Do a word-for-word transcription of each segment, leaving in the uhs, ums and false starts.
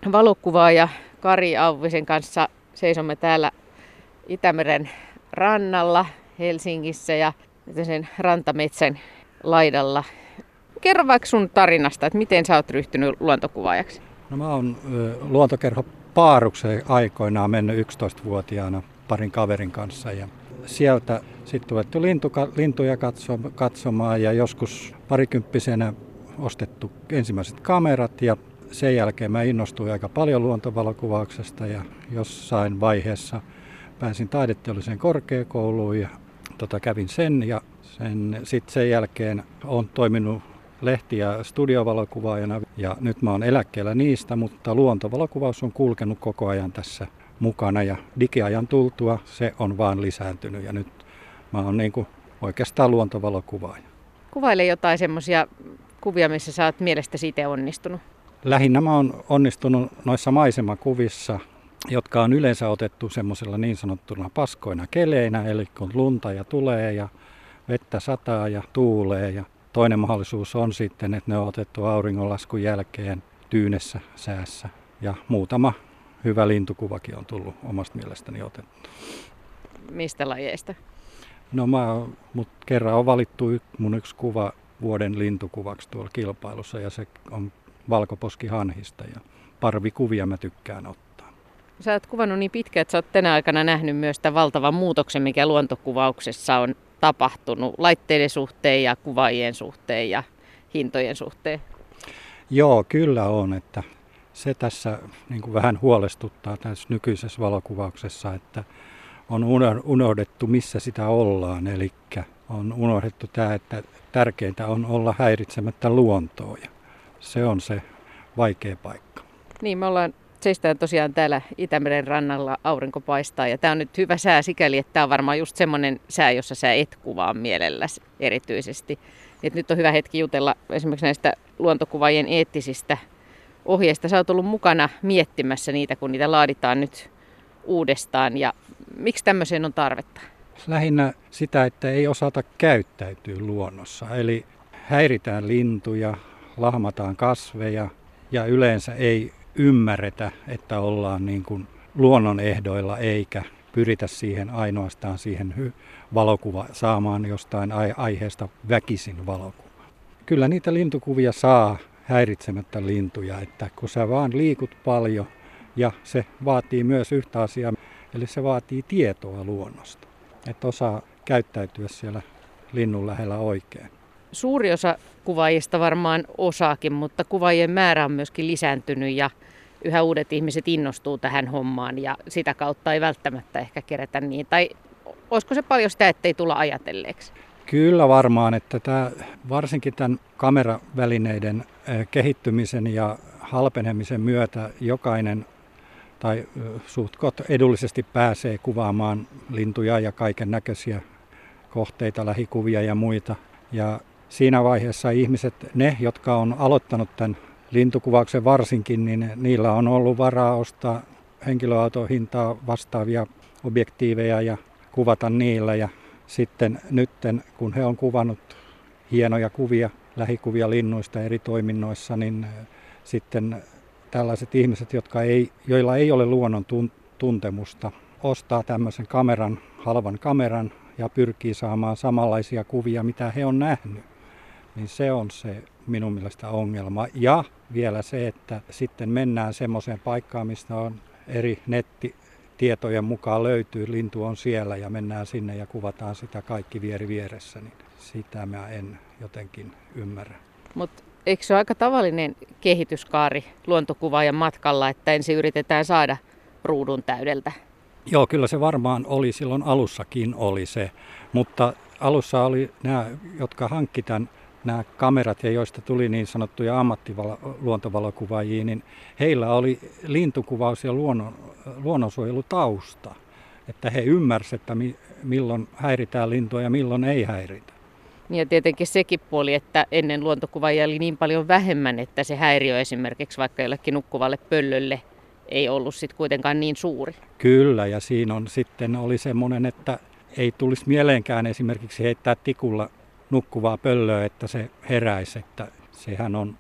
valokuvaaja Kari Auvisen kanssa seisomme täällä Itämeren rannalla Helsingissä ja sen rantametsän laidalla. Kerro vaikka sun tarinasta, että miten sä oot ryhtynyt luontokuvaajaksi? No mä oon ö, luontokerho Paarukseen aikoinaan mennyt yksitoistavuotiaana parin kaverin kanssa ja sieltä sitten tuettu lintuka, lintuja katso, katsomaan ja joskus parikymppisenä ostettu ensimmäiset kamerat ja sen jälkeen mä innostuin aika paljon luontovalokuvauksesta ja jossain vaiheessa pääsin taideteolliseen korkeakouluun ja tota, kävin sen ja sen, sit sen jälkeen olen toiminut lehti- ja studiovalokuvaajana ja nyt mä oon eläkkeellä niistä, mutta luontovalokuvaus on kulkenut koko ajan tässä mukana ja digiajan tultua se on vaan lisääntynyt ja nyt mä oon niin kuin oikeastaan luontovalokuvaaja. Kuvaile jotain semmoisia kuvia, missä sä oot mielestäsi itse onnistunut. Lähinnä mä oon onnistunut noissa maisemakuvissa, jotka on yleensä otettu semmoisella niin sanottuna paskoina keleinä, eli kun lunta ja tulee ja vettä sataa ja tuulee. Ja toinen mahdollisuus on sitten, että ne on otettu auringonlaskun jälkeen tyynessä säässä. Ja muutama hyvä lintukuvakin on tullut omasta mielestäni otettu. Mistä lajeista? No mä, mut kerran on valittu mun yksi kuva vuoden lintukuvaksi tuolla kilpailussa ja se on valkoposkihanhista ja parvikuvia mä tykkään ottaa. Sä oot kuvannut niin pitkään, että sä oot tänä aikana nähnyt myös tämän valtavan muutoksen, mikä luontokuvauksessa on tapahtunut laitteiden suhteen ja kuvaajien suhteen ja hintojen suhteen. Joo, kyllä on, että se tässä niin kuin vähän huolestuttaa tässä nykyisessä valokuvauksessa, että on unohdettu missä sitä ollaan, eli on unohdettu tämä, että tärkeintä on olla häiritsemättä luontoa ja se on se vaikea paikka. Niin, me ollaan seistään tosiaan täällä Itämeren rannalla, aurinko paistaa ja tämä on nyt hyvä sää sikäli, että tämä on varmaan just semmoinen sää, jossa sä et kuvaa mielelläsi erityisesti. Et nyt on hyvä hetki jutella esimerkiksi näistä luontokuvaajien eettisistä ohjeista. Sä oot ollut mukana miettimässä niitä, kun niitä laaditaan nyt uudestaan ja miksi tämmöiseen on tarvetta? Lähinnä sitä, että ei osata käyttäytyä luonnossa, eli häiritään lintuja, lahmataan kasveja ja yleensä ei ymmärretä, että ollaan niin kuin luonnon ehdoilla eikä pyritä siihen ainoastaan siihen hy- valokuva saamaan jostain aiheesta väkisin valokuva. Kyllä niitä lintukuvia saa häiritsemättä lintuja, että kun sä vaan liikut paljon ja se vaatii myös yhtä asiaa, eli se vaatii tietoa luonnosta, että osaa käyttäytyä siellä linnun lähellä oikein. Suuri osa kuvaajista varmaan osaakin, mutta kuvaajien määrä on myöskin lisääntynyt ja yhä uudet ihmiset innostuu tähän hommaan ja sitä kautta ei välttämättä ehkä kerätä niin. Tai olisiko se paljon sitä, ettei tulla ajatelleeksi? Kyllä varmaan, että tämä, varsinkin tämän kameravälineiden kehittymisen ja halpenemisen myötä jokainen tai suhtkot edullisesti pääsee kuvaamaan lintuja ja kaiken näköisiä kohteita, lähikuvia ja muita. Ja siinä vaiheessa ihmiset, ne jotka on aloittanut tämän lintukuvauksen varsinkin, niin niillä on ollut varaa ostaa henkilöauton hintaa vastaavia objektiiveja ja kuvata niillä. Ja sitten nytten, kun he on kuvannut hienoja kuvia, lähikuvia linnuista eri toiminnoissa, niin sitten tällaiset ihmiset, jotka ei, joilla ei ole luonnon tuntemusta, ostaa tämmöisen kameran, halvan kameran ja pyrkii saamaan samanlaisia kuvia, mitä he on nähnyt. Niin se on se minun mielestä ongelma. Ja vielä se, että sitten mennään semmoiseen paikkaan, mistä on eri nettitietojen mukaan löytyy, lintu on siellä ja mennään sinne ja kuvataan sitä kaikki vieri vieressä, niin sitä mä en jotenkin ymmärrä. Mut eikö se ole aika tavallinen kehityskaari luontokuvaajan matkalla, että ensin yritetään saada ruudun täydeltä? Joo, kyllä se varmaan oli, silloin alussakin oli se, mutta alussa oli nämä, jotka hankki tämän, nämä kamerat ja joista tuli niin sanottuja ammattiluontovalokuvaajia, niin heillä oli lintukuvaus ja luonnon, luonnonsuojelutausta, että he ymmärsivät, että mi, milloin häiritään lintua ja milloin ei häiritä. Ja tietenkin sekin puoli, että ennen luontokuvaajia oli niin paljon vähemmän, että se häiriö esimerkiksi vaikka jollekin nukkuvalle pöllölle ei ollut sitten kuitenkaan niin suuri. Kyllä, ja siinä on sitten oli semmoinen, että ei tulisi mieleenkään esimerkiksi heittää tikulla nukkuvaa pöllöä, että se heräisi, että sehän on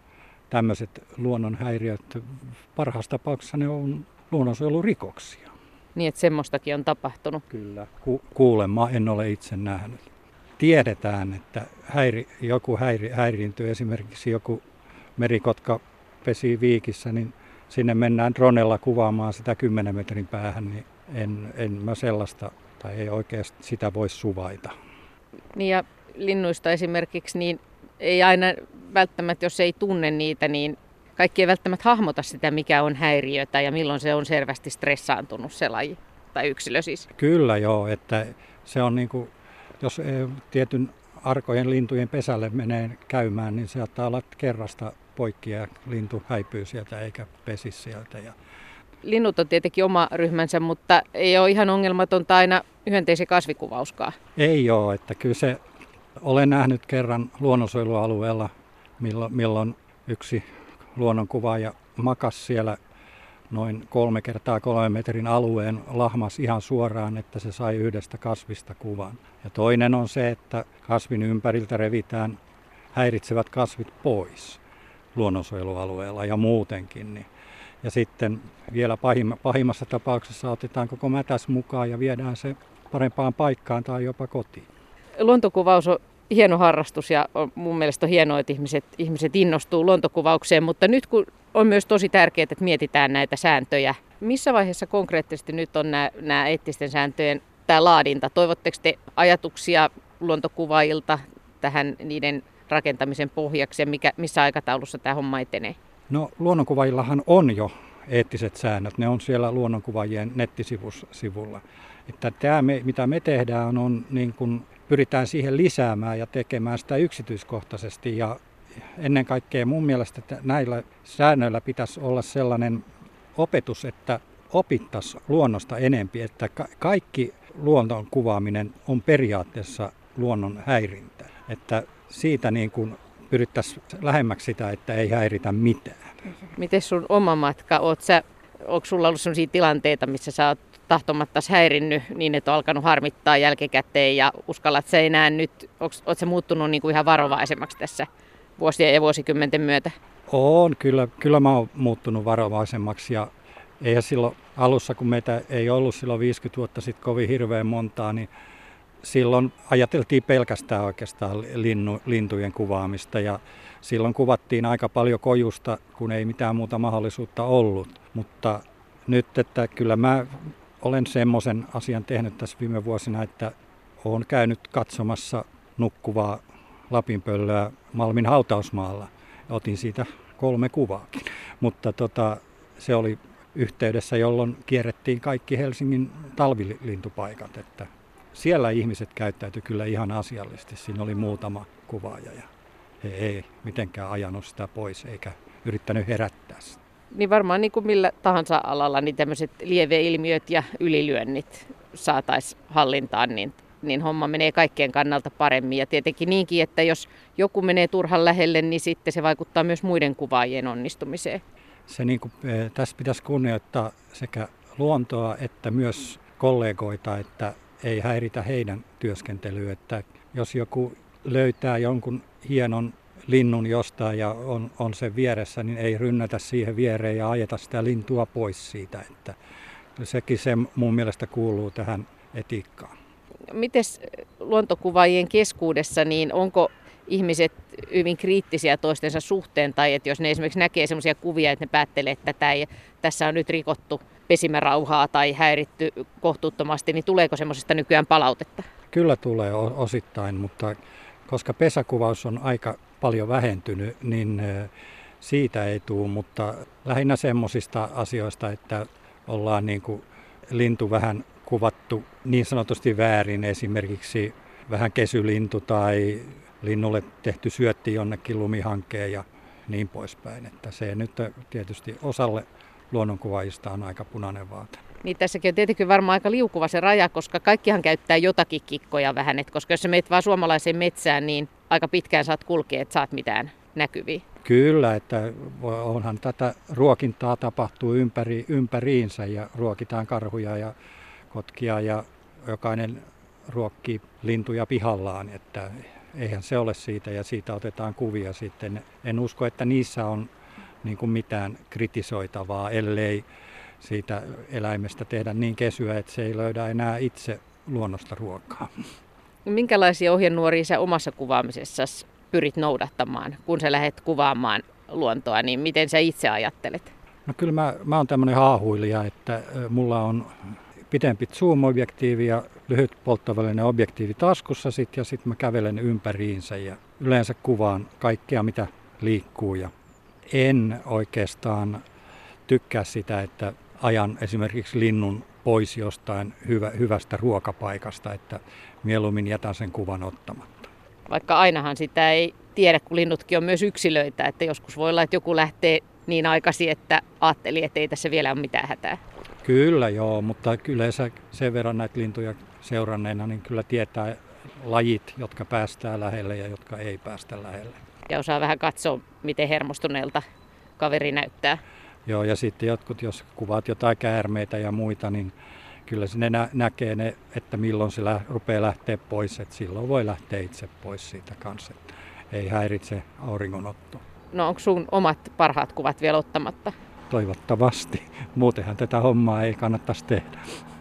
tämmöiset luonnonhäiriöt, parhaassa tapauksessa ne on luonnonsuojelurikoksia. Niin, että semmoistakin on tapahtunut. Kyllä. Ku- kuulemma en ole itse nähnyt. Tiedetään, että häiri, joku häiri, häiriintyy, esimerkiksi joku merikotka pesii Viikissä, niin sinne mennään dronella kuvaamaan sitä kymmenen metrin päähän, niin en, en mä sellaista, tai ei oikeasti sitä voi suvaita. Niin ja linnuista esimerkiksi, niin ei aina välttämättä, jos ei tunne niitä, niin kaikki ei välttämättä hahmota sitä, mikä on häiriötä ja milloin se on selvästi stressaantunut se laji, tai yksilö siis. Kyllä joo, että se on niin kuin, jos tietyn arkojen lintujen pesälle menee käymään, niin se saattaa olla kerrasta poikki ja lintu häipyy sieltä eikä pesi sieltä. Ja Linnut on tietenkin oma ryhmänsä, mutta ei ole ihan ongelmatonta aina hyönteisen kasvikuvauskaan. ei ole, että kyllä se, olen nähnyt kerran luonnonsuojelualueella, milloin, milloin yksi luonnonkuvaaja makasi siellä noin kolme kertaa kolme metrin alueen, lahmas ihan suoraan, että se sai yhdestä kasvista kuvan. Ja toinen on se, että kasvin ympäriltä revitään häiritsevät kasvit pois luonnonsuojelualueella ja muutenkin. Niin. Ja sitten vielä pahimmassa tapauksessa otetaan koko mätäs mukaan ja viedään se parempaan paikkaan tai jopa kotiin. Luontokuvaus on hieno harrastus ja on mun mielestä on hienoa, että ihmiset, ihmiset innostuu luontokuvaukseen, mutta nyt kun on myös tosi tärkeää, että mietitään näitä sääntöjä. Missä vaiheessa konkreettisesti nyt on nämä, nämä eettisten sääntöjen tämä laadinta? Toivotteko te ajatuksia luontokuvaajilta tähän niiden rakentamisen pohjaksi ja mikä, missä aikataulussa tämä homma etenee? No luonnonkuvaajillahan on jo eettiset säännöt, ne on siellä luonnonkuvaajien nettisivulla. Että tämä, mitä me tehdään, on niin kuin pyritään siihen lisäämään ja tekemään sitä yksityiskohtaisesti ja ennen kaikkea mun mielestä että näillä säännöillä pitäisi olla sellainen opetus, että opittaisiin luonnosta enempi, että ka- kaikki luonnon kuvaaminen on periaatteessa luonnon häirintä. Että siitä niin kuin pyrittäisiin lähemmäksi sitä, että ei häiritä mitään. Miten sun oma matka? Oot sä, onko sulla ollut sellaisia tilanteita, missä sä oot tahtomattas häirinnyt niin, että on alkanut harmittaa jälkikäteen ja uskallat sä enää nyt, oot sä muuttunut niin kuin ihan varovaisemmaksi tässä vuosien ja vuosikymmenten myötä? On, kyllä, kyllä mä oon muuttunut varovaisemmaksi ja eihän silloin alussa, kun meitä ei ollut silloin viisikymmentä vuotta sitten kovin hirveän montaa, niin silloin ajateltiin pelkästään oikeastaan linnu, lintujen kuvaamista ja silloin kuvattiin aika paljon kojusta, kun ei mitään muuta mahdollisuutta ollut. Mutta nyt, että kyllä mä olen semmoisen asian tehnyt tässä viime vuosina, että olen käynyt katsomassa nukkuvaa lapinpöllöä Malmin hautausmaalla. Otin siitä kolme kuvaakin, mutta tota, se oli yhteydessä, jolloin kierrettiin kaikki Helsingin talvilintupaikat. Että siellä ihmiset käyttäytyi kyllä ihan asiallisesti. Siinä oli muutama kuvaaja ja he ei mitenkään ajanut sitä pois eikä yrittänyt herättää sitä. Niin varmaan niin kuin millä tahansa alalla niin tämmöiset lieveilmiöt ja ylilyönnit saataisiin hallintaan, niin, niin homma menee kaikkien kannalta paremmin. Ja tietenkin niinkin, että jos joku menee turhan lähelle, niin sitten se vaikuttaa myös muiden kuvaajien onnistumiseen. Se niin kuin, tässä pitäisi kunnioittaa sekä luontoa että myös kollegoita, että ei häiritä heidän työskentelyä. Että jos joku löytää jonkun hienon linnun jostain ja on, on sen vieressä, niin ei rynnätä siihen viereen ja ajeta sitä lintua pois siitä. Että sekin se mun mielestä kuuluu tähän etiikkaan. Mites luontokuvaajien keskuudessa, niin onko ihmiset hyvin kriittisiä toistensa suhteen, tai että jos ne esimerkiksi näkee sellaisia kuvia, että ne päättelee, että tätä ei, tässä on nyt rikottu pesimärauhaa tai häiritty kohtuuttomasti, niin tuleeko semmoisesta nykyään palautetta? Kyllä tulee osittain, mutta koska pesäkuvaus on aika paljon vähentynyt, niin siitä ei tule, mutta lähinnä semmoisista asioista, että ollaan niin kuin lintu vähän kuvattu niin sanotusti väärin, esimerkiksi vähän kesylintu tai linnulle tehty syötti jonnekin lumihankkeen ja niin poispäin. Että se nyt tietysti osalle luonnonkuvaajista on aika punainen vaate. Niin tässäkin on tietenkin varmaan aika liukuva se raja, koska kaikkihan käyttää jotakin kikkoja vähän. Et koska jos sä meet vaan suomalaiseen metsään, niin aika pitkään saat kulkea, että saat mitään näkyviä. Kyllä, että onhan tätä ruokintaa tapahtuu ympäri, ympäriinsä ja ruokitaan karhuja ja kotkia ja jokainen ruokkii lintuja pihallaan, että eihän se ole siitä ja siitä otetaan kuvia sitten. En usko, että niissä on niin kuin mitään kritisoitavaa, ellei siitä eläimestä tehdä niin kesyä, että se ei löydä enää itse luonnosta ruokaa. Minkälaisia ohjenuoria sä omassa kuvaamisessasi pyrit noudattamaan, kun sä lähdet kuvaamaan luontoa, niin miten sä itse ajattelet? No kyllä mä, mä oon tämmöinen haahuilija, että mulla on pitempi zoom-objektiivi ja lyhyt polttavälinen objektiivi taskussa sit, ja sitten mä kävelen ympäriinsä ja yleensä kuvaan kaikkea mitä liikkuu. Ja en oikeastaan tykkää sitä, että ajan esimerkiksi linnun pois jostain hyvä, hyvästä ruokapaikasta, että mieluummin jätän sen kuvan ottamatta. Vaikka ainahan sitä ei tiedä, kun linnutkin on myös yksilöitä, että joskus voi olla, että joku lähtee niin aikaisin, että ajatteli, että ei tässä vielä ole mitään hätää. Kyllä joo, mutta kyllä sen verran näitä lintuja seuranneena, niin kyllä tietää lajit, jotka päästää lähelle ja jotka ei päästä lähelle. Ja osaa vähän katsoa, miten hermostuneelta kaveri näyttää. Joo, ja sitten jotkut, jos kuvaat jotain käärmeitä ja muita, niin kyllä ne nä- näkee ne, että milloin se lä- rupeaa lähteä pois, että silloin voi lähteä itse pois siitä kanssa. Että ei häiritse auringonotto. No onko sun omat parhaat kuvat vielä ottamatta? Toivottavasti. Muutenhan tätä hommaa ei kannattaisi tehdä.